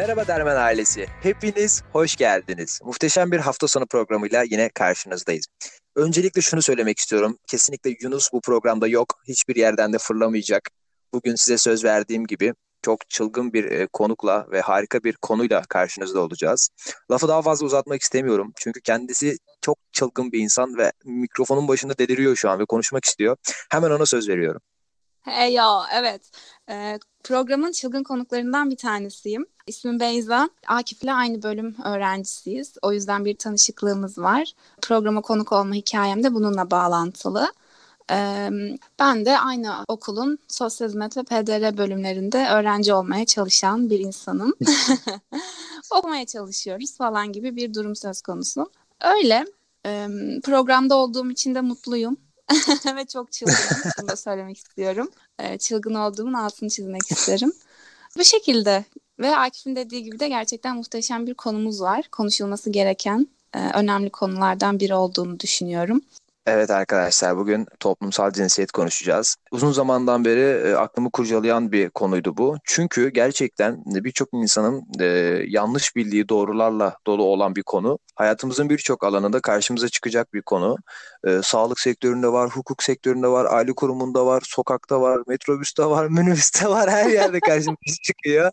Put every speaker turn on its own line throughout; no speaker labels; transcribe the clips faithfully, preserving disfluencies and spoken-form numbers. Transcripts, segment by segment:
Merhaba Dermen ailesi. Hepiniz hoş geldiniz. Muhteşem bir hafta sonu programıyla yine karşınızdayız. Öncelikle şunu söylemek istiyorum. Kesinlikle Yunus bu programda yok. Hiçbir yerden de fırlamayacak. Bugün size söz verdiğim gibi çok çılgın bir e, konukla ve harika bir konuyla karşınızda olacağız. Lafı daha fazla uzatmak istemiyorum. Çünkü kendisi çok çılgın bir insan ve mikrofonun başında deliriyor şu an ve konuşmak istiyor. Hemen ona söz veriyorum.
Hey ya, evet. Ee, programın çılgın konuklarından bir tanesiyim. İsmim Beyza. Akif'le aynı bölüm öğrencisiyiz. O yüzden bir tanışıklığımız var. Programa konuk olma hikayem de bununla bağlantılı. Ee, Ben de aynı okulun sosyal hizmet ve P D R bölümlerinde öğrenci olmaya çalışan bir insanım. Okumaya çalışıyoruz falan gibi bir durum söz konusu. Öyle. Ee, Programda olduğum için de mutluyum. Ve çok çılgınım. Bunu da söylemek istiyorum. Ee, çılgın olduğumun altını çizmek isterim. Bu şekilde ve Akif'in dediği gibi de gerçekten muhteşem bir konumuz var. Konuşulması gereken e, önemli konulardan biri olduğunu düşünüyorum.
Evet arkadaşlar, bugün toplumsal cinsiyet konuşacağız. Uzun zamandan beri e, aklımı kurcalayan bir konuydu bu. Çünkü gerçekten birçok insanın e, yanlış bildiği doğrularla dolu olan bir konu. Hayatımızın birçok alanında karşımıza çıkacak bir konu. E, sağlık sektöründe var, hukuk sektöründe var, aile kurumunda var, sokakta var, metrobüste var, minibüste var, her yerde karşımıza çıkıyor.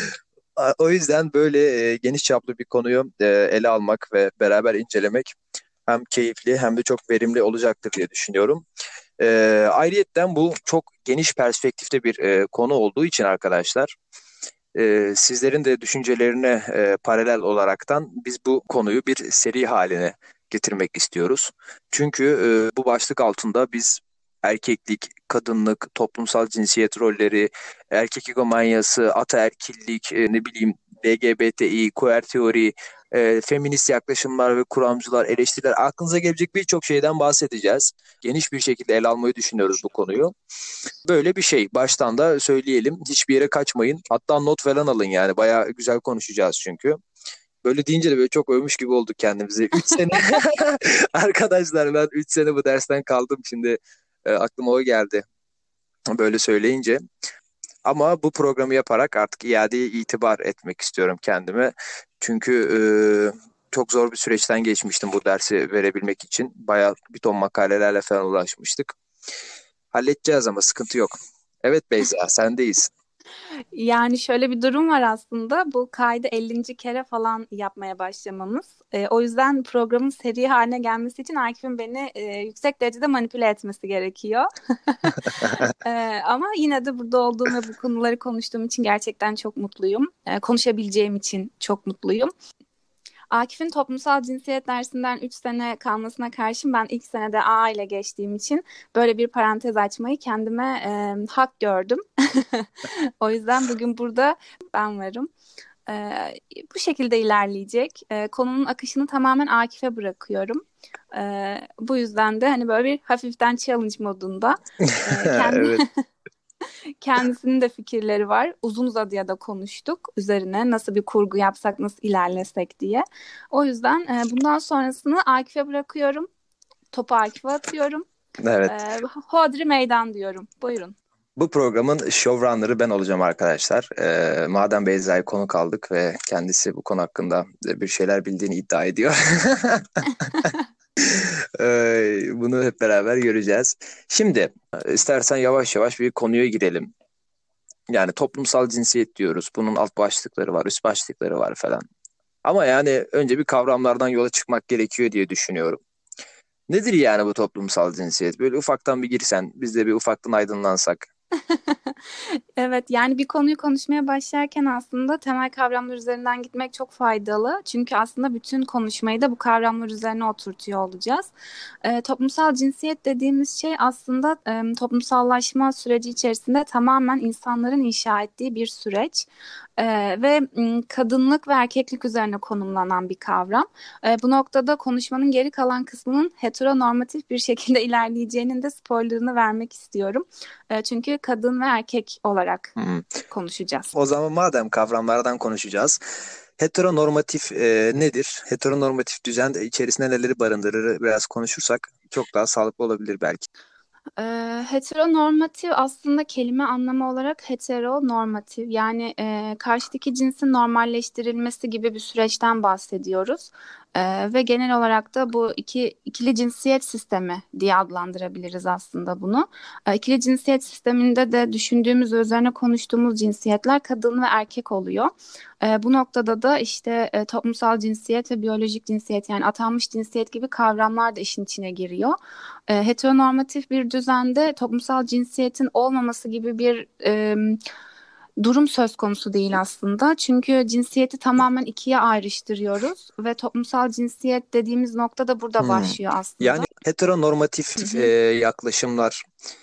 O yüzden böyle e, geniş çaplı bir konuyu e, ele almak ve beraber incelemek hem keyifli hem de çok verimli olacaktır diye düşünüyorum. E, ayrıyetten bu çok geniş perspektifte bir e, konu olduğu için arkadaşlar, e, sizlerin de düşüncelerine e, paralel olaraktan biz bu konuyu bir seri haline getirmek istiyoruz. Çünkü e, bu başlık altında biz erkeklik, kadınlık, toplumsal cinsiyet rolleri, erkek egomanyası, ataerkillik, e, ne bileyim L G B T İ, queer teori, e, feminist yaklaşımlar ve kuramcılar, eleştiriler, aklınıza gelecek birçok şeyden bahsedeceğiz. Geniş bir şekilde ele almayı düşünüyoruz bu konuyu. Böyle bir şey. Baştan da söyleyelim. Hiçbir yere kaçmayın. Hatta not falan alın yani. Bayağı güzel konuşacağız çünkü. Böyle deyince de böyle çok övmüş gibi olduk kendimizi. Üç sene arkadaşlar, ben üç sene bu dersten kaldım. Şimdi e, aklıma o geldi böyle söyleyince. Ama bu programı yaparak artık iadeye itibar etmek istiyorum kendime. Çünkü e, çok zor bir süreçten geçmiştim bu dersi verebilmek için. Bayağı bir ton makalelerle falan uğraşmıştık. Halledeceğiz ama sıkıntı yok. Evet Beyza, sendeyiz.
Yani şöyle bir durum var aslında. Bu kaydı ellinci kere falan yapmaya başlamamız. E, o yüzden programın seri haline gelmesi için Akif'in beni e, yüksek derecede manipüle etmesi gerekiyor. E, Ama yine de burada olduğum ve bu konuları konuştuğum için gerçekten çok mutluyum. E, konuşabileceğim için çok mutluyum. Akif'in toplumsal cinsiyet dersinden üç sene kalmasına karşın ben ilk senede A ile geçtiğim için böyle bir parantez açmayı kendime e, hak gördüm. O yüzden bugün burada ben varım. E, Bu şekilde ilerleyecek. E, konunun akışını tamamen Akif'e bırakıyorum. E, bu yüzden de hani böyle bir hafiften challenge modunda e, kendi
Evet.
kendisinin de fikirleri var. Uzun uzadıya da konuştuk üzerine nasıl bir kurgu yapsak, nasıl ilerlesek diye. O yüzden e, bundan sonrasını Akif'e bırakıyorum. Topu Akif'e atıyorum.
Evet.
E, Hodri meydan diyorum. Buyurun.
Bu programın showrunner'ı ben olacağım arkadaşlar. Ee, madem Beyza'yı konuk aldık ve kendisi bu konu hakkında bir şeyler bildiğini iddia ediyor. Ee, bunu hep beraber göreceğiz. Şimdi istersen yavaş yavaş bir konuya girelim. Yani toplumsal cinsiyet diyoruz. Bunun alt başlıkları var, üst başlıkları var falan. Ama yani önce bir kavramlardan yola çıkmak gerekiyor diye düşünüyorum. Nedir yani bu toplumsal cinsiyet? Böyle ufaktan bir girsen, biz de bir ufaktan aydınlansak.
Evet, yani bir konuyu konuşmaya başlarken aslında temel kavramlar üzerinden gitmek çok faydalı. Çünkü aslında bütün konuşmayı da bu kavramlar üzerine oturtuyor olacağız. E, toplumsal cinsiyet dediğimiz şey aslında e, toplumsallaşma süreci içerisinde tamamen insanların inşa ettiği bir süreç. E, Ve m, kadınlık ve erkeklik üzerine konumlanan bir kavram. E, bu noktada konuşmanın geri kalan kısmının heteronormatif bir şekilde ilerleyeceğinin de spoilerını vermek istiyorum. E, çünkü kadın ve erkek olarak
Hmm.
konuşacağız.
O zaman madem kavramlardan konuşacağız. Heteronormatif e, nedir? Heteronormatif düzen içerisinde neleri barındırır biraz konuşursak çok daha sağlıklı olabilir belki.
Ee, Heteronormatif aslında kelime anlamı olarak heteronormatif, yani e, karşıdaki cinsin normalleştirilmesi gibi bir süreçten bahsediyoruz. Ee, ve genel olarak da bu iki ikili cinsiyet sistemi diye adlandırabiliriz aslında bunu. Ee, ikili cinsiyet sisteminde de düşündüğümüz ve üzerine konuştuğumuz cinsiyetler kadın ve erkek oluyor. Ee, bu noktada da işte e, toplumsal cinsiyet ve biyolojik cinsiyet, yani atanmış cinsiyet gibi kavramlar da işin içine giriyor. E, heteronormatif bir düzende toplumsal cinsiyetin olmaması gibi bir e, durum söz konusu değil aslında. Çünkü cinsiyeti tamamen ikiye ayrıştırıyoruz ve toplumsal cinsiyet dediğimiz nokta da burada
Hmm.
başlıyor
Yani
aslında. Hı
heteronormatif e,
hı.
yaklaşımlar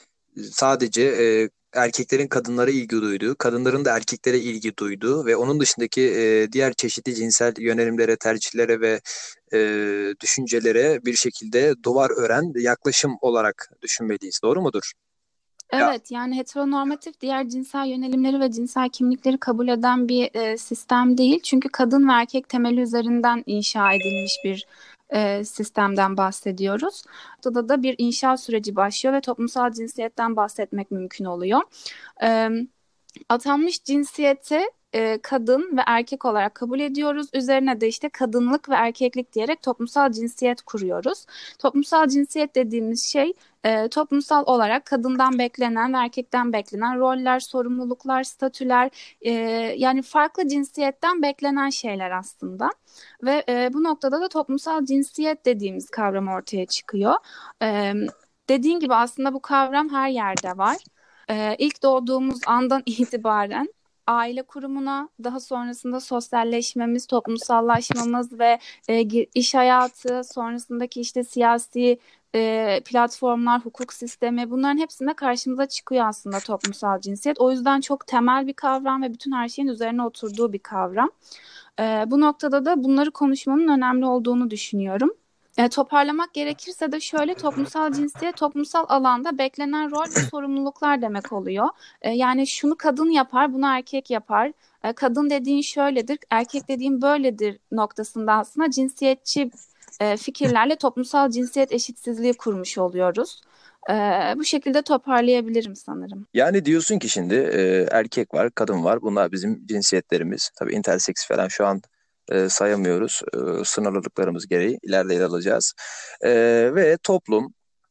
sadece e, erkeklerin kadınlara ilgi duyduğu, kadınların da erkeklere ilgi duyduğu ve onun dışındaki e, diğer çeşitli cinsel yönelimlere, tercihlere ve e, düşüncelere bir şekilde duvar ören yaklaşım olarak düşünmeliyiz. Doğru mudur?
Evet, yani heteronormatif diğer cinsel yönelimleri ve cinsel kimlikleri kabul eden bir e, sistem değil. Çünkü kadın ve erkek temeli üzerinden inşa edilmiş bir e, sistemden bahsediyoruz. Burada da bir inşa süreci başlıyor ve toplumsal cinsiyetten bahsetmek mümkün oluyor. E, Atanmış cinsiyeti e, kadın ve erkek olarak kabul ediyoruz. Üzerine de işte kadınlık ve erkeklik diyerek toplumsal cinsiyet kuruyoruz. Toplumsal cinsiyet dediğimiz şey e, toplumsal olarak kadından beklenen ve erkekten beklenen roller, sorumluluklar, statüler, e, yani farklı cinsiyetten beklenen şeyler aslında. Ve e, bu noktada da toplumsal cinsiyet dediğimiz kavram ortaya çıkıyor. E, Dediğin gibi aslında bu kavram her yerde var. Ee, ilk doğduğumuz andan itibaren aile kurumuna, daha sonrasında sosyalleşmemiz, toplumsallaşmamız ve e, gi- iş hayatı, sonrasındaki işte siyasi e, platformlar, hukuk sistemi, bunların hepsinde karşımıza çıkıyor aslında toplumsal cinsiyet. O yüzden çok temel bir kavram ve bütün her şeyin üzerine oturduğu bir kavram. Ee, bu noktada da bunları konuşmanın önemli olduğunu düşünüyorum. E, toparlamak gerekirse de şöyle: toplumsal cinsiyet toplumsal alanda beklenen rol ve sorumluluklar demek oluyor. E, yani şunu kadın yapar, bunu erkek yapar. E, kadın dediğin şöyledir, erkek dediğin böyledir noktasında aslında cinsiyetçi e, fikirlerle toplumsal cinsiyet eşitsizliği kurmuş oluyoruz. E, Bu şekilde toparlayabilirim sanırım.
Yani diyorsun ki şimdi e, erkek var, kadın var. Bunlar bizim cinsiyetlerimiz. Tabii interseks falan şu an e, sayamıyoruz. E, sınırlılıklarımız gereği ileride ele alacağız. E, ve toplum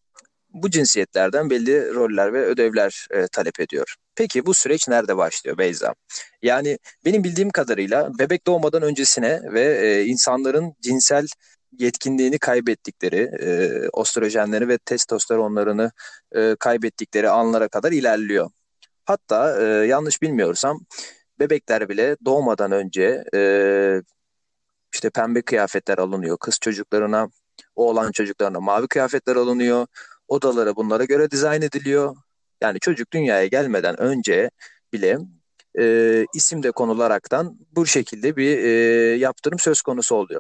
bu cinsiyetlerden belli roller ve ödevler e, talep ediyor. Peki bu süreç nerede başlıyor Beyza? Yani benim bildiğim kadarıyla bebek doğmadan öncesine ve e, insanların cinsel yetkinliğini kaybettikleri, e, östrojenleri ve testosteronlarını e, kaybettikleri anlara kadar ilerliyor. Hatta e, yanlış bilmiyorsam bebekler bile doğmadan önce e, işte pembe kıyafetler alınıyor. Kız çocuklarına, oğlan çocuklarına mavi kıyafetler alınıyor. Odaları bunlara göre dizayn ediliyor. Yani çocuk dünyaya gelmeden önce bile e, isim de konularaktan bu şekilde bir e, yaptırım söz konusu oluyor.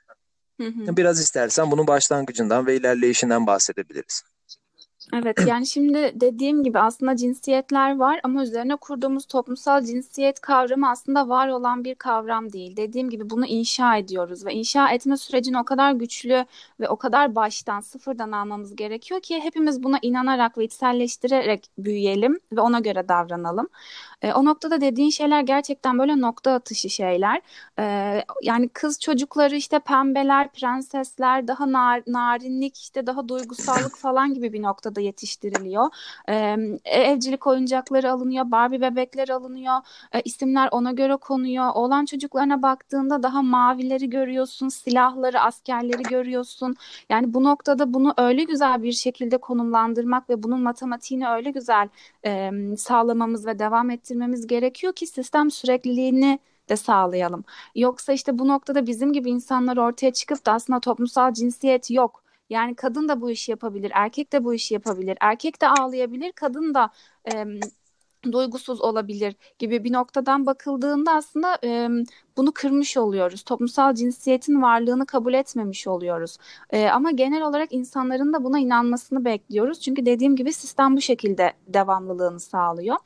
Hı hı.
Biraz istersen bunun başlangıcından ve ilerleyişinden bahsedebiliriz.
Evet, yani şimdi dediğim gibi aslında cinsiyetler var ama üzerine kurduğumuz toplumsal cinsiyet kavramı aslında var olan bir kavram değil. Dediğim gibi bunu inşa ediyoruz ve inşa etme sürecini o kadar güçlü ve o kadar baştan, sıfırdan almamız gerekiyor ki hepimiz buna inanarak ve içselleştirerek büyüyelim ve ona göre davranalım. E, o noktada dediğin şeyler gerçekten böyle nokta atışı şeyler. E, Yani kız çocukları işte pembeler, prensesler, daha nar, narinlik, işte daha duygusallık falan gibi bir noktada yetiştiriliyor. E, Evcilik oyuncakları alınıyor, Barbie bebekler alınıyor, e, isimler ona göre konuyor. Oğlan çocuklarına baktığında daha mavileri görüyorsun, silahları, askerleri görüyorsun. Yani bu noktada bunu öyle güzel bir şekilde konumlandırmak ve bunun matematiğini öyle güzel e, sağlamamız ve devam ettirmemiz gerekiyor ki sistem sürekliliğini de sağlayalım. Yoksa işte bu noktada bizim gibi insanlar ortaya çıkıp da aslında toplumsal cinsiyet yok. Yani kadın da bu işi yapabilir, erkek de bu işi yapabilir, erkek de ağlayabilir, kadın da e, duygusuz olabilir gibi bir noktadan bakıldığında aslında e, bunu kırmış oluyoruz. Toplumsal cinsiyetin varlığını kabul etmemiş oluyoruz. E, ama genel olarak insanların da buna inanmasını bekliyoruz. Çünkü dediğim gibi sistem bu şekilde devamlılığını sağlıyor.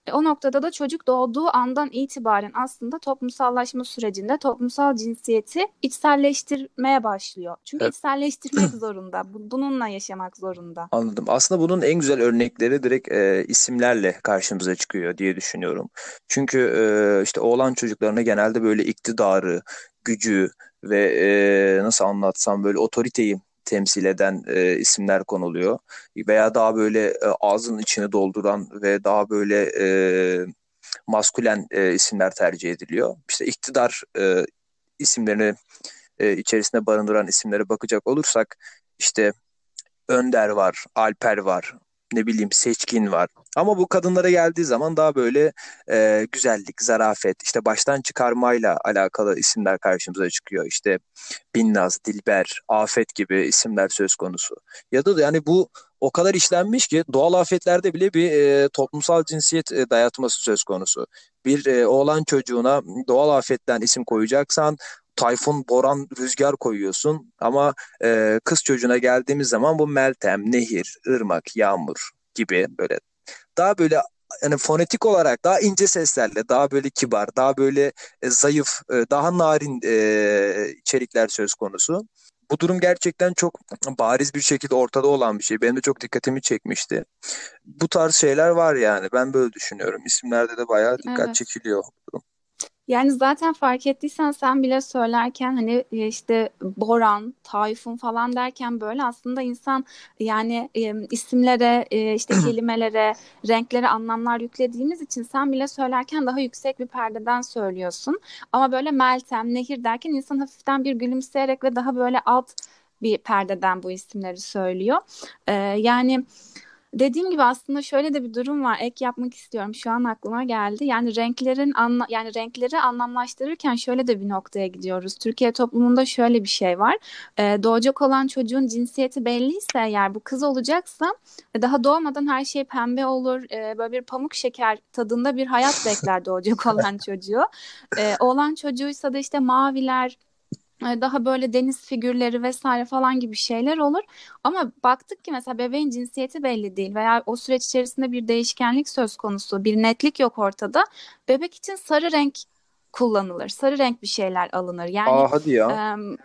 E, o noktada da çocuk doğduğu andan itibaren aslında toplumsallaşma sürecinde toplumsal cinsiyeti içselleştirmeye başlıyor. Çünkü
Evet.
içselleştirmek zorunda. Bu- Bununla yaşamak zorunda.
Anladım. Aslında bunun en güzel örnekleri direkt e, isimlerle karşımıza çıkıyor diye düşünüyorum. Çünkü e, işte oğlan çocuklarına genelde böyle iktidarı, gücü ve e, nasıl anlatsam böyle otoriteyi temsil eden e, isimler konuluyor. Veya daha böyle e, ağzın içini dolduran ve daha böyle e, maskülen e, isimler tercih ediliyor. İşte iktidar e, isimlerini e, içerisinde barındıran isimlere bakacak olursak işte Önder var, Alper var, ne bileyim Seçkin var. Ama bu kadınlara geldiği zaman daha böyle e, güzellik, zarafet, işte baştan çıkarmayla alakalı isimler karşımıza çıkıyor. İşte Binnaz, Dilber, Afet gibi isimler söz konusu. Ya da yani bu o kadar işlenmiş ki doğal afetlerde bile bir e, toplumsal cinsiyet e, dayatması söz konusu. Bir e, oğlan çocuğuna doğal afetten isim koyacaksan Tayfun, Boran, Rüzgar koyuyorsun ama e, kız çocuğuna geldiğimiz zaman bu Meltem, Nehir, Irmak, Yağmur gibi böyle daha böyle yani fonetik olarak daha ince seslerle, daha böyle kibar, daha böyle e, zayıf, e, daha narin e, içerikler söz konusu. Bu durum gerçekten çok bariz bir şekilde ortada olan bir şey. Benim de çok dikkatimi çekmişti. Bu tarz şeyler var yani. Ben böyle düşünüyorum. İsimlerde de bayağı dikkat
Evet.
çekiliyor bu durum.
Yani zaten fark ettiysen sen bile söylerken hani e, işte Boran, Tayfun falan derken böyle aslında insan yani e, isimlere, e, işte kelimelere, renklere anlamlar yüklediğimiz için sen bile söylerken daha yüksek bir perdeden söylüyorsun. Ama böyle Meltem, Nehir derken insan hafiften bir gülümseyerek ve daha böyle alt bir perdeden bu isimleri söylüyor. E, yani Dediğim gibi aslında şöyle de bir durum var. Ek yapmak istiyorum. Şu an aklıma geldi. Yani renklerin anla yani renkleri anlamlaştırırken şöyle de bir noktaya gidiyoruz. Türkiye toplumunda şöyle bir şey var. Ee, doğacak olan çocuğun cinsiyeti belliyse eğer bu kız olacaksa e, daha doğmadan her şey pembe olur. Ee, böyle bir pamuk şeker tadında bir hayat bekler doğacak olan çocuğu. Ee, oğlan çocuğuysa da işte maviler, e, daha böyle deniz figürleri vesaire falan gibi şeyler olur. Ama baktık ki mesela bebeğin cinsiyeti belli değil veya o süreç içerisinde bir değişkenlik söz konusu, bir netlik yok ortada. Bebek için sarı renk kullanılır. Sarı renk bir şeyler alınır. Yani
Aa, hadi ya.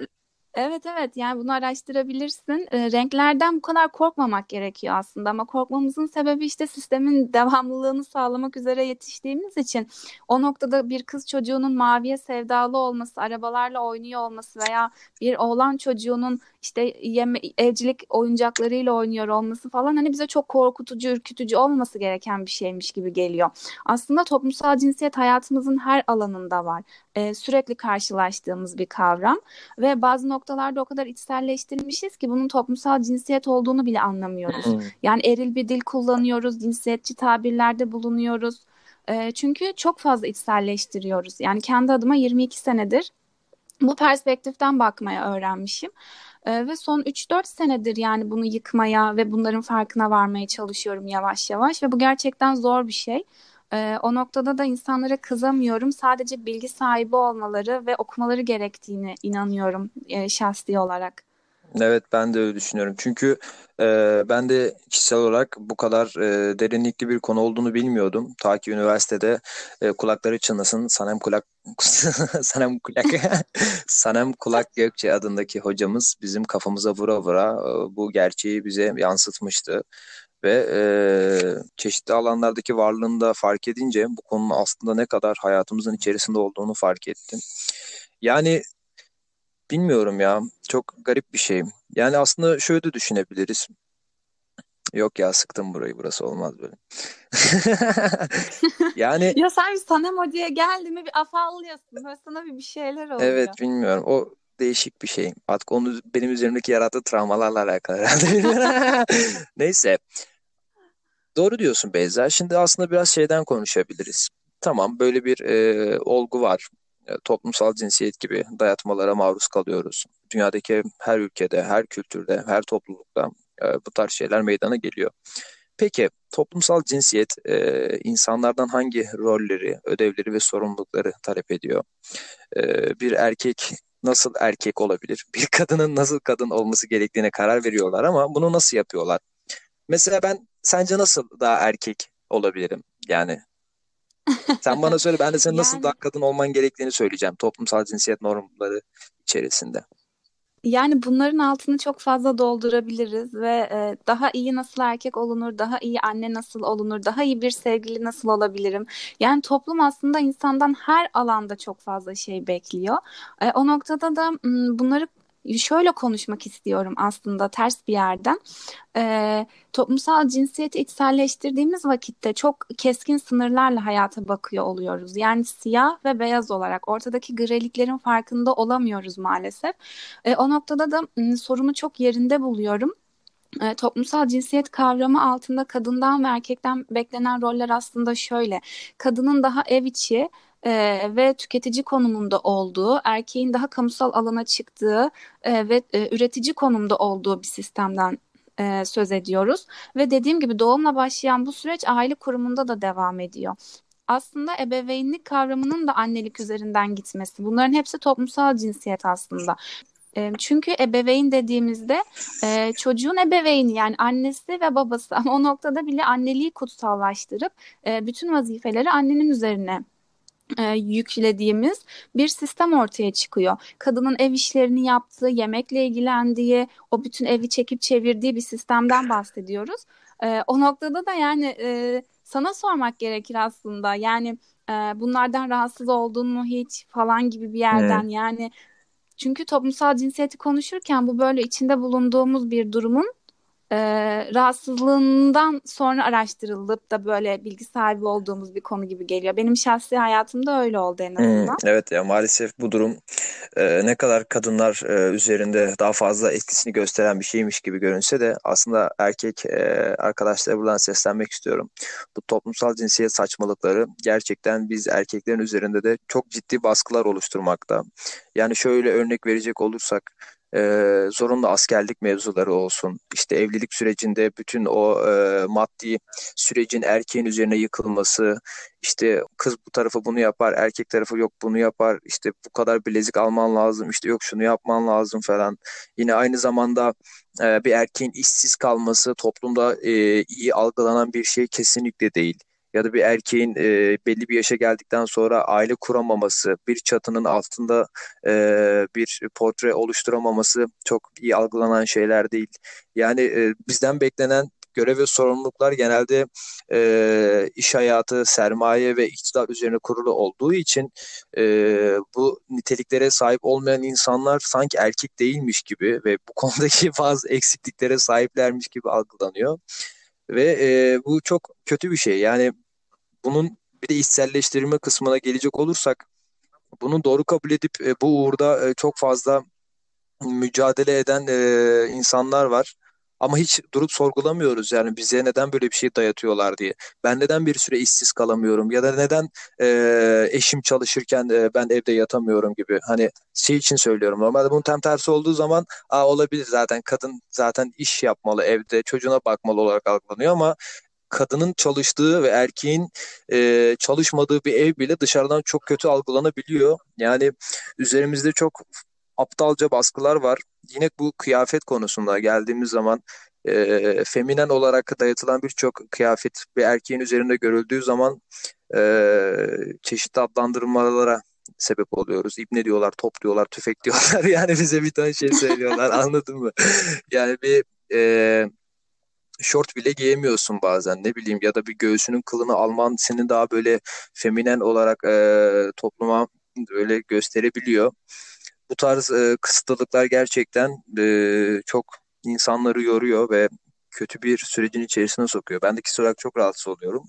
evet, evet, yani bunu araştırabilirsin. E, renklerden bu kadar korkmamak gerekiyor aslında ama korkmamızın sebebi işte sistemin devamlılığını sağlamak üzere yetiştiğimiz için o noktada bir kız çocuğunun maviye sevdalı olması, arabalarla oynuyor olması veya bir oğlan çocuğunun işte yeme evcilik oyuncaklarıyla oynuyor olması falan hani bize çok korkutucu, ürkütücü olmaması gereken bir şeymiş gibi geliyor. Aslında toplumsal cinsiyet hayatımızın her alanında var. E, sürekli karşılaştığımız bir kavram. Ve bazı noktalarda o kadar içselleştirmişiz ki bunun toplumsal cinsiyet olduğunu bile anlamıyoruz.
Hmm.
Yani eril bir dil kullanıyoruz, cinsiyetçi tabirlerde bulunuyoruz. Ee, çünkü çok fazla içselleştiriyoruz. Yani kendi adıma yirmi iki senedir bu perspektiften bakmaya öğrenmişim. Ee, ve son üç dört senedir yani bunu yıkmaya ve bunların farkına varmaya çalışıyorum yavaş yavaş ve bu gerçekten zor bir şey. Ee, o noktada da insanlara kızamıyorum. Sadece bilgi sahibi olmaları ve okumaları gerektiğini inanıyorum e, şahsi olarak.
Evet, ben de öyle düşünüyorum. Çünkü e, ben de kişisel olarak bu kadar e, derinlikli bir konu olduğunu bilmiyordum. Ta ki üniversitede e, kulakları çınlasın Sanem Kulak Sanem Kulak Sanem Kulak Gökçe adındaki hocamız bizim kafamıza vura vura e, bu gerçeği bize yansıtmıştı. Ve e, çeşitli alanlardaki varlığını da fark edince bu konunun aslında ne kadar hayatımızın içerisinde olduğunu fark ettim. Yani bilmiyorum ya. Çok garip bir şey. Yani aslında şöyle de düşünebiliriz. Yok ya, sıktım burayı. Burası olmaz böyle. Yani
Ya sen bir Sanem Hoca'ya geldi mi bir afallıyorsun. Böyle sana bir bir şeyler oluyor.
evet, bilmiyorum. O değişik bir şey. Artık onu benim üzerimdeki yarattığı travmalarla alakalı herhalde. Bilmiyorum. Neyse. Doğru diyorsun Beyza. Şimdi aslında biraz şeyden konuşabiliriz. Tamam, böyle bir e, olgu var. E, toplumsal cinsiyet gibi dayatmalara maruz kalıyoruz. Dünyadaki her ülkede, her kültürde, her toplulukta e, bu tarz şeyler meydana geliyor. Peki toplumsal cinsiyet e, insanlardan hangi rolleri, ödevleri ve sorumlulukları talep ediyor? E, bir erkek nasıl erkek olabilir? Bir kadının nasıl kadın olması gerektiğine karar veriyorlar ama bunu nasıl yapıyorlar? Mesela ben sence nasıl daha erkek olabilirim? Yani Sen bana söyle, ben de senin nasıl daha
Yani
kadın olman gerektiğini söyleyeceğim toplumsal cinsiyet normları içerisinde.
Yani bunların altını çok fazla doldurabiliriz ve e, daha iyi nasıl erkek olunur, daha iyi anne nasıl olunur, daha iyi bir sevgili nasıl olabilirim? Yani toplum aslında insandan her alanda çok fazla şey bekliyor. E, o noktada da m, bunları şöyle konuşmak istiyorum aslında ters bir yerden. E, Toplumsal cinsiyeti içselleştirdiğimiz vakitte çok keskin sınırlarla hayata bakıyor oluyoruz. Yani siyah ve beyaz olarak ortadaki griliklerin farkında olamıyoruz maalesef. E, o noktada da m, sorunu çok yerinde buluyorum. E, toplumsal cinsiyet kavramı altında kadından ve erkekten beklenen roller aslında şöyle. Kadının daha ev içi e, ve tüketici konumunda olduğu, erkeğin daha kamusal alana çıktığı e, ve e, üretici konumda olduğu bir sistemden e, söz ediyoruz. Ve dediğim gibi doğumla başlayan bu süreç aile kurumunda da devam ediyor. Aslında ebeveynlik kavramının da annelik üzerinden gitmesi. Bunların hepsi toplumsal cinsiyet aslında. E, Çünkü ebeveyn dediğimizde e, çocuğun ebeveyni yani annesi ve babası ama o noktada bile anneliği kutsallaştırıp e, bütün vazifeleri annenin üzerine e, yüklediğimiz bir sistem ortaya çıkıyor. Kadının ev işlerini yaptığı, yemekle ilgilendiği, o bütün evi çekip çevirdiği bir sistemden bahsediyoruz. E, o noktada da yani e, sana sormak gerekir aslında. Yani e, bunlardan rahatsız oldun mu hiç falan gibi bir
Hmm.
yerden yani çünkü toplumsal cinsiyeti konuşurken bu böyle içinde bulunduğumuz bir durumun e, rahatsızlığından sonra araştırılıp da böyle bilgi sahibi olduğumuz bir konu gibi geliyor. Benim şahsi hayatımda öyle oldu en
Hmm,
azından.
evet ya, maalesef bu durum e, ne kadar kadınlar e, üzerinde daha fazla etkisini gösteren bir şeymiş gibi görünse de aslında erkek e, arkadaşlara buradan seslenmek istiyorum. Bu toplumsal cinsiyet saçmalıkları gerçekten biz erkeklerin üzerinde de çok ciddi baskılar oluşturmakta. Yani şöyle örnek verecek olursak e, zorunlu askerlik mevzuları olsun, işte evlilik sürecinde bütün o e, maddi sürecin erkeğin üzerine yıkılması, işte kız bu tarafı bunu yapar, erkek tarafı yok bunu yapar. İşte bu kadar bilezik alman lazım, işte yok şunu yapman lazım falan. Yine aynı zamanda e, bir erkeğin işsiz kalması toplumda e, iyi algılanan bir şey kesinlikle değil. Ya da bir erkeğin e, belli bir yaşa geldikten sonra aile kuramaması, bir çatının altında e, bir portre oluşturamaması çok iyi algılanan şeyler değil. Yani e, bizden beklenen görev ve sorumluluklar genelde e, iş hayatı, sermaye ve iktidar üzerine kurulu olduğu için e, bu niteliklere sahip olmayan insanlar sanki erkek değilmiş gibi ve bu konudaki bazı eksikliklere sahiplermiş gibi algılanıyor. Ve e, bu çok kötü bir şey. Yani bunun bir de içselleştirme kısmına gelecek olursak, bunu doğru kabul edip e, bu uğurda e, çok fazla mücadele eden e, insanlar var. Ama hiç durup sorgulamıyoruz yani bize neden böyle bir şey dayatıyorlar diye. Ben neden bir süre işsiz kalamıyorum ya da neden e, eşim çalışırken e, ben evde yatamıyorum gibi. Hani şey için söylüyorum. Normalde bunun tam tersi olduğu zaman Aa, olabilir, zaten kadın zaten iş yapmalı evde çocuğuna bakmalı olarak algılanıyor ama kadının çalıştığı ve erkeğin e, çalışmadığı bir ev bile dışarıdan çok kötü algılanabiliyor. Yani üzerimizde çok aptalca baskılar var. Yine bu kıyafet konusunda geldiğimiz zaman e, feminen olarak dayatılan birçok kıyafet bir erkeğin üzerinde görüldüğü zaman e, çeşitli adlandırmalara sebep oluyoruz. İbne diyorlar, top diyorlar, tüfek diyorlar. Yani bize bir tane şey söylüyorlar. Anladın mı? Yani bir e, şort bile giyemiyorsun bazen, ne bileyim, ya da bir göğsünün kılını alman seni daha böyle feminen olarak e, topluma öyle gösterebiliyor. Bu tarz e, kısıtlılıklar gerçekten e, çok insanları yoruyor ve kötü bir sürecin içerisine sokuyor. Ben de kişisel olarak çok rahatsız oluyorum.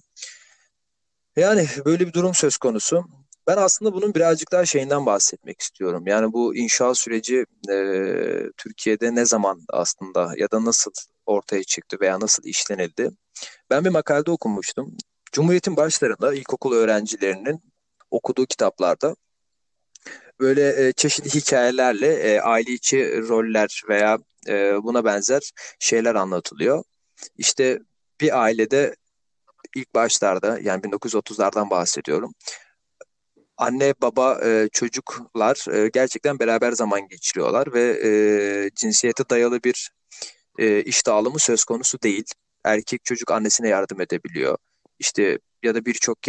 Yani böyle bir durum söz konusu. Ben aslında bunun birazcık daha şeyinden bahsetmek istiyorum. Yani bu inşaat süreci e, Türkiye'de ne zaman aslında ya da nasıl ortaya çıktı veya nasıl işlenildi? Ben bir makalede okumuştum. Cumhuriyet'in başlarında ilkokul öğrencilerinin okuduğu kitaplarda böyle e, çeşitli hikayelerle e, aile içi roller veya e, buna benzer şeyler anlatılıyor. İşte bir ailede ilk başlarda, yani bin dokuz yüz otuzlardan bahsediyorum. Anne, baba, e, çocuklar e, gerçekten beraber zaman geçiriyorlar ve e, cinsiyete dayalı bir e, iş dağılımı söz konusu değil. Erkek çocuk annesine yardım edebiliyor. İşte ya da birçok kez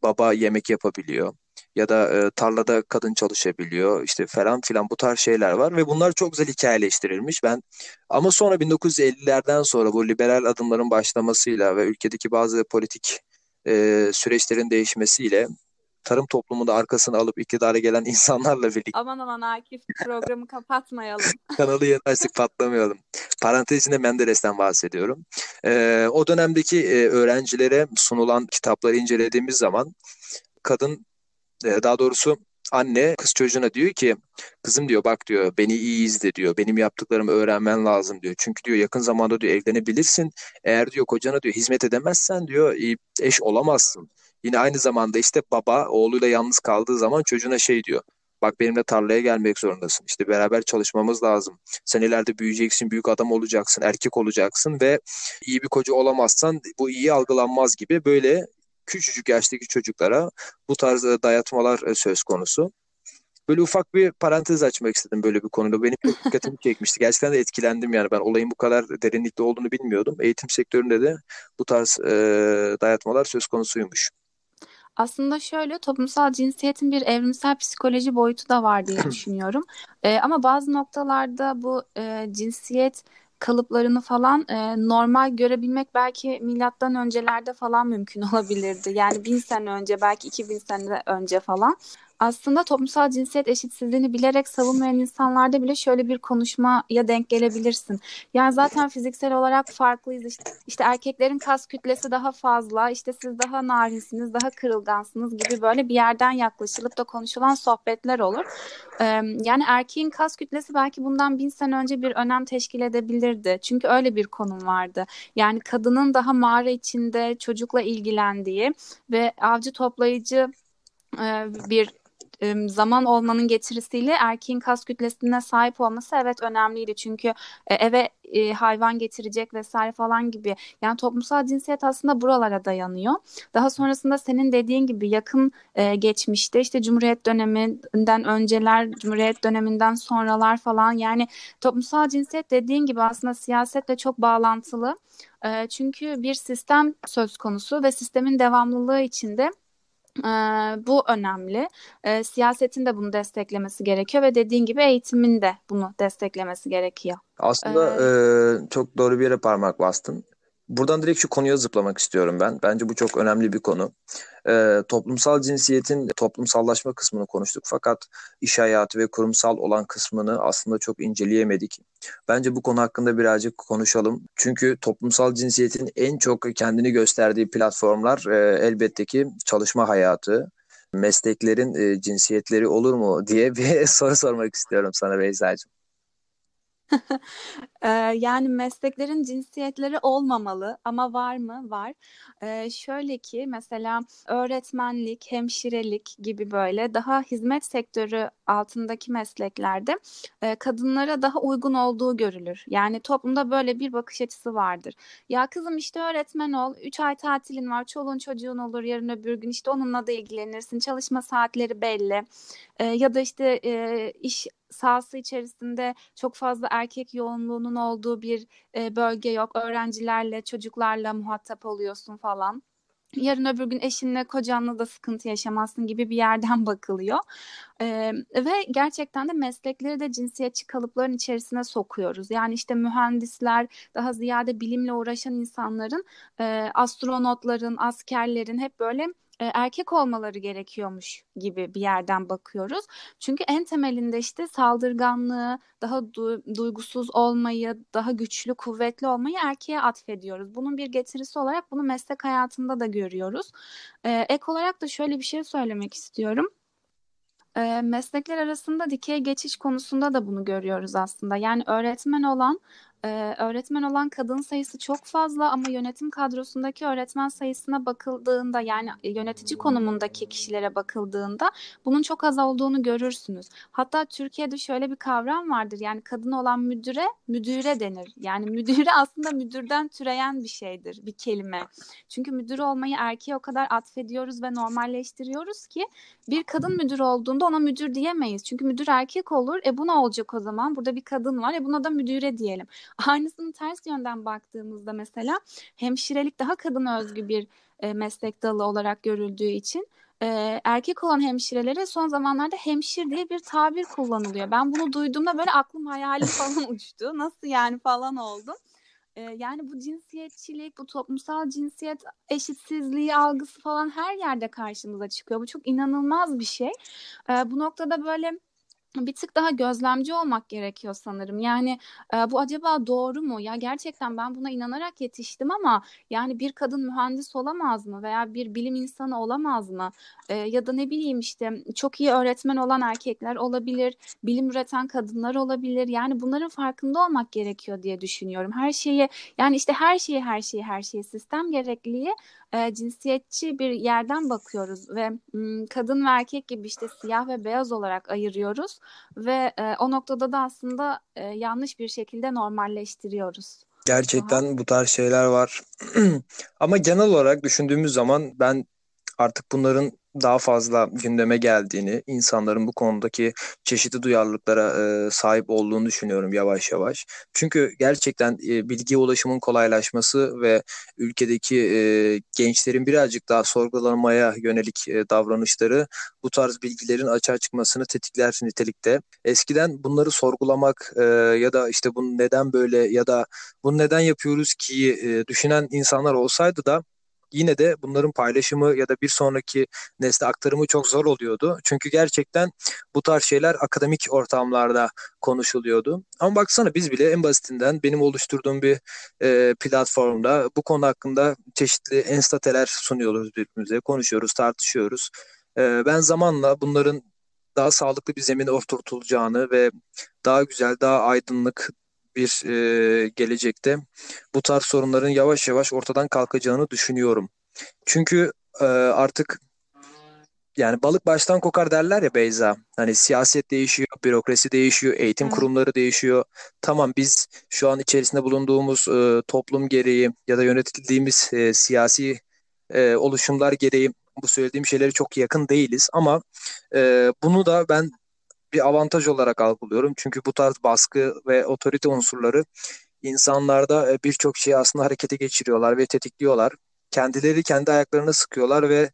baba yemek yapabiliyor ya da e, tarlada kadın çalışabiliyor işte falan filan bu tarz şeyler var ve bunlar çok güzel hikayeleştirilmiş. Ben ama sonra bin dokuz yüz ellilerden sonra bu liberal adımların başlamasıyla ve ülkedeki bazı politik e, süreçlerin değişmesiyle tarım toplumunu da arkasına alıp iktidara gelen insanlarla birlikte
Aman aman Akif, programı kapatmayalım.
kanalı yeni açtık patlamayalım. Parantez içinde Menderes'ten bahsediyorum. E, o dönemdeki e, öğrencilere sunulan kitapları incelediğimiz zaman kadın e, daha doğrusu anne kız çocuğuna diyor ki kızım diyor bak diyor beni iyi izle diyor. Benim yaptıklarımı öğrenmen lazım diyor. Çünkü diyor yakın zamanda diyor evlenebilirsin. Eğer diyor kocana diyor hizmet edemezsen diyor e, eş olamazsın. Yine aynı zamanda işte baba oğluyla yalnız kaldığı zaman çocuğuna şey diyor. Bak benimle tarlaya gelmek zorundasın. İşte beraber çalışmamız lazım. Sen ileride büyüyeceksin, büyük adam olacaksın, erkek olacaksın ve iyi bir koca olamazsan bu iyi algılanmaz gibi böyle küçücük yaştaki çocuklara bu tarz e, dayatmalar e, söz konusu. Böyle ufak bir parantez açmak istedim böyle bir konuda. Benim çok dikkatimi çekmişti. Gerçekten de etkilendim yani. Ben olayın bu kadar derinlikte olduğunu bilmiyordum. Eğitim sektöründe de bu tarz e, dayatmalar söz konusuymuş.
Aslında şöyle, toplumsal cinsiyetin bir evrimsel psikoloji boyutu da var diye düşünüyorum. Ee, ama bazı noktalarda bu e, cinsiyet kalıplarını falan e, normal görebilmek belki milattan öncelerde falan mümkün olabilirdi. Yani bin sene önce, belki iki bin sene önce falan. Aslında toplumsal cinsiyet eşitsizliğini bilerek savunmayan insanlarda bile şöyle bir konuşmaya denk gelebilirsin. Yani zaten fiziksel olarak farklıyız. İşte, işte erkeklerin kas kütlesi daha fazla, işte siz daha narinsiniz, daha kırılgansınız gibi böyle bir yerden yaklaşılıp da konuşulan sohbetler olur. Ee, Yani erkeğin kas kütlesi belki bundan bin sene önce bir önem teşkil edebilirdi. Çünkü öyle bir konum vardı. Yani kadının daha mağara içinde çocukla ilgilendiği ve avcı toplayıcı e, bir e, zaman olmanın getirisiyle erkeğin kas kütlesine sahip olması evet önemliydi. Çünkü e, eve e, hayvan getirecek vesaire falan gibi. Yani toplumsal cinsiyet aslında buralara dayanıyor. Daha sonrasında senin dediğin gibi yakın e, geçmişte işte Cumhuriyet döneminden önceler, Cumhuriyet döneminden sonralar falan, yani toplumsal cinsiyet dediğin gibi aslında siyasetle çok bağlantılı. E, çünkü bir sistem söz konusu ve sistemin devamlılığı içinde ee, bu önemli. Ee, siyasetin de bunu desteklemesi gerekiyor ve dediğin gibi eğitimin de bunu desteklemesi gerekiyor.
Aslında
Ee,
e, çok doğru bir yere parmak bastın. Buradan direkt şu konuya zıplamak istiyorum ben. Bence bu çok önemli bir konu. E, toplumsal cinsiyetin toplumsallaşma kısmını konuştuk fakat iş hayatı ve kurumsal olan kısmını aslında çok inceleyemedik. Bence bu konu hakkında birazcık konuşalım. Çünkü toplumsal cinsiyetin en çok kendini gösterdiği platformlar e, elbette ki çalışma hayatı. Mesleklerin e, cinsiyetleri olur mu diye bir soru sormak istiyorum sana Beyza'cığım.
Ee, Yani mesleklerin cinsiyetleri olmamalı ama var mı? Var. Ee, şöyle ki mesela öğretmenlik, hemşirelik gibi böyle daha hizmet sektörü altındaki mesleklerde e, kadınlara daha uygun olduğu görülür. Yani toplumda böyle bir bakış açısı vardır. Ya kızım işte öğretmen ol, üç ay tatilin var, çoluğun çocuğun olur, yarın öbür gün işte onunla da ilgilenirsin, çalışma saatleri belli. E, ya da işte e, iş sahası içerisinde çok fazla erkek yoğunluğunun olduğu bir e, bölge yok. Öğrencilerle, çocuklarla muhatap oluyorsun falan. Yarın öbür gün eşinle, kocanla da sıkıntı yaşamazsın gibi bir yerden bakılıyor. Ee, Ve gerçekten de meslekleri de cinsiyetçi kalıpların içerisine sokuyoruz. Yani işte mühendisler, daha ziyade bilimle uğraşan insanların, e, astronotların, askerlerin hep böyle e, erkek olmaları gerekiyormuş gibi bir yerden bakıyoruz. Çünkü en temelinde işte saldırganlığı, daha du- duygusuz olmayı, daha güçlü, kuvvetli olmayı erkeğe atfediyoruz. Bunun bir getirisi olarak bunu meslek hayatında da görüyoruz. Ee, ek olarak da şöyle bir şey söylemek istiyorum. E, meslekler arasında dikey geçiş konusunda da bunu görüyoruz aslında. Yani öğretmen olan e, öğretmen olan kadın sayısı çok fazla ama yönetim kadrosundaki öğretmen sayısına bakıldığında, yani yönetici konumundaki kişilere bakıldığında bunun çok az olduğunu görürsünüz. Hatta Türkiye'de şöyle bir kavram vardır. Yani kadın olan müdüre müdüre denir. Yani müdüre aslında müdürden türeyen bir şeydir, bir kelime. Çünkü müdür olmayı erkeğe o kadar atfediyoruz ve normalleştiriyoruz ki bir kadın müdür olduğunda ona müdür diyemeyiz. Çünkü müdür erkek olur. E bu ne olacak o zaman? Burada bir kadın var. E buna da müdüre diyelim. Aynısını ters yönden baktığımızda mesela hemşirelik daha kadına özgü bir e, meslek dalı olarak görüldüğü için e, erkek olan hemşirelere son zamanlarda hemşir diye bir tabir kullanılıyor. Ben bunu duyduğumda böyle aklım hayalim falan uçtu. Nasıl yani falan oldum. E, yani bu cinsiyetçilik, bu toplumsal cinsiyet eşitsizliği algısı falan her yerde karşımıza çıkıyor. Bu çok inanılmaz bir şey. E, bu noktada böyle bir tık daha gözlemci olmak gerekiyor sanırım. Yani e, bu acaba doğru mu? Ya gerçekten ben buna inanarak yetiştim ama yani bir kadın mühendis olamaz mı? Veya bir bilim insanı olamaz mı? E, ya da ne bileyim işte çok iyi öğretmen olan erkekler olabilir, bilim üreten kadınlar olabilir. Yani bunların farkında olmak gerekiyor diye düşünüyorum. Her şeyi yani işte her şeyi her şeyi her şeyi sistem gerekliliği e, cinsiyetçi bir yerden bakıyoruz ve m, kadın ve erkek gibi işte siyah ve beyaz olarak ayırıyoruz. Ve e, o noktada da aslında e, yanlış bir şekilde normalleştiriyoruz. Suha.
Gerçekten bu tarz şeyler var. Ama genel olarak düşündüğümüz zaman ben artık bunların daha fazla gündeme geldiğini, insanların bu konudaki çeşitli duyarlılıklara e, sahip olduğunu düşünüyorum yavaş yavaş. Çünkü gerçekten e, bilgiye ulaşımın kolaylaşması ve ülkedeki e, gençlerin birazcık daha sorgulamaya yönelik e, davranışları bu tarz bilgilerin açığa çıkmasını tetikler nitelikte. Eskiden bunları sorgulamak e, ya da işte bunu neden böyle ya da bunu neden yapıyoruz ki e, düşünen insanlar olsaydı da yine de bunların paylaşımı ya da bir sonraki nesle aktarımı çok zor oluyordu. Çünkü gerçekten bu tarz şeyler akademik ortamlarda konuşuluyordu. Ama baksana biz bile en basitinden benim oluşturduğum bir e, platformda bu konu hakkında çeşitli enstateler sunuyoruz birbirimize, konuşuyoruz, tartışıyoruz. E, ben zamanla bunların daha sağlıklı bir zemine oturtulacağını ve daha güzel, daha aydınlık bir e, gelecekte bu tarz sorunların yavaş yavaş ortadan kalkacağını düşünüyorum. Çünkü e, artık yani balık baştan kokar derler ya Beyza. Hani siyaset değişiyor, bürokrasi değişiyor, eğitim
Evet.
kurumları değişiyor. Tamam biz şu an içerisinde bulunduğumuz e, toplum gereği ya da yönetildiğimiz e, siyasi e, oluşumlar gereği bu söylediğim şeylere çok yakın değiliz. Ama e, bunu da ben bir avantaj olarak algılıyorum. Çünkü bu tarz baskı ve otorite unsurları insanlarda e, birçok şeyi aslında harekete geçiriyorlar ve tetikliyorlar. Kendileri kendi ayaklarına sıkıyorlar ve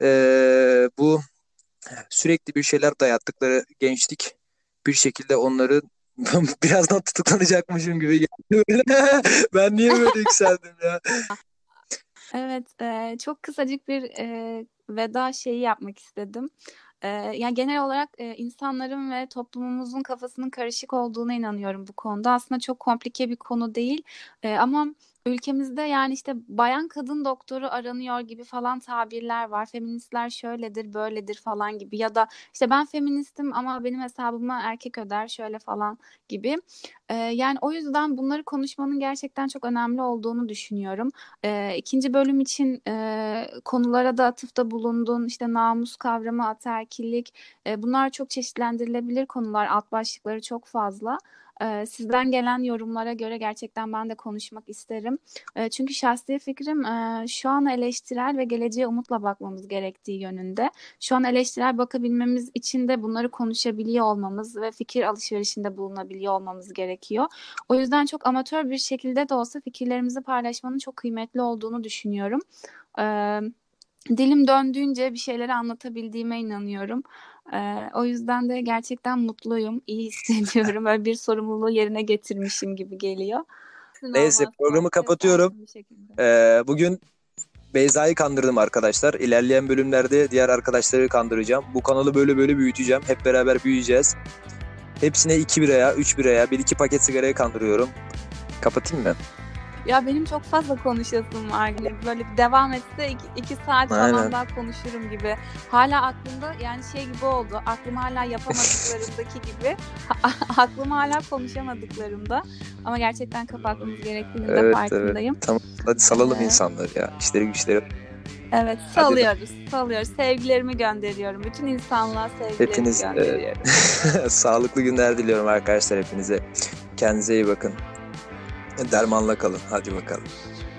e, bu sürekli bir şeyler dayattıkları gençlik bir şekilde onları birazdan tutuklanacakmışım gibi geldi. Ben niye böyle yükseldim ya?
Evet, e, çok kısacık bir e, veda şeyi yapmak istedim. E, yani genel olarak e, insanların ve toplumumuzun kafasının karışık olduğuna inanıyorum bu konuda. Aslında çok komplike bir konu değil. E, ama ülkemizde yani işte bayan kadın doktoru aranıyor gibi falan tabirler var. Feministler şöyledir, böyledir falan gibi ya da işte ben feministim ama benim hesabıma erkek öder şöyle falan gibi. E, yani o yüzden bunları konuşmanın gerçekten çok önemli olduğunu düşünüyorum. E, ikinci bölüm için e, konulara da atıfta bulundun. İşte namus kavramı, ataerkillik, e, bunlar çok çeşitlendirilebilir konular. Alt başlıkları çok fazla. E, sizden gelen yorumlara göre gerçekten ben de konuşmak isterim. E, çünkü şahsi fikrim e, şu an eleştirel ve geleceğe umutla bakmamız gerektiği yönünde. Şu an eleştirel bakabilmemiz için de bunları konuşabiliyor olmamız ve fikir alışverişinde bulunabiliyor olmamız gerekiyor. O yüzden çok amatör bir şekilde de olsa fikirlerimizi paylaşmanın çok kıymetli olduğunu düşünüyorum. Ee, dilim döndüğünce bir şeyleri anlatabildiğime inanıyorum. Ee, o yüzden de gerçekten mutluyum, iyi hissediyorum. Böyle bir sorumluluğu yerine getirmişim gibi geliyor. Sizin
Neyse
olmazsa
programı
çok
kapatıyorum.
sakin bir şekilde.
Ee, bugün Beyza'yı kandırdım arkadaşlar. İlerleyen bölümlerde diğer arkadaşları kandıracağım. Bu kanalı böyle böyle büyüteceğim. Hep beraber büyüyeceğiz. Hepsine iki biraya, üç biraya, bir iki paket sigaraya kandırıyorum. Kapatayım mı?
Ya benim çok fazla konuşasım var gibi. Böyle bir devam etse iki, iki saat falan
Aynen.
daha konuşurum gibi. Hala aklımda yani şey gibi oldu. Aklım hala yapamadıklarımdaki gibi. Aklım hala konuşamadıklarımda. Ama gerçekten kapatmamız gerektiğinin de
Evet evet.
farkındayım.
Tamam. Hadi salalım
Ee,
insanları ya. İşleri güçleri.
evet
Hadi
salıyoruz. Salıyoruz. Sevgilerimi gönderiyorum. Bütün insanlığa sevgilerimi
hepiniz e,
gönderiyorum.
sağlıklı günler diliyorum arkadaşlar hepinize. Kendinize iyi bakın. Dermanla kalın. Hadi bakalım.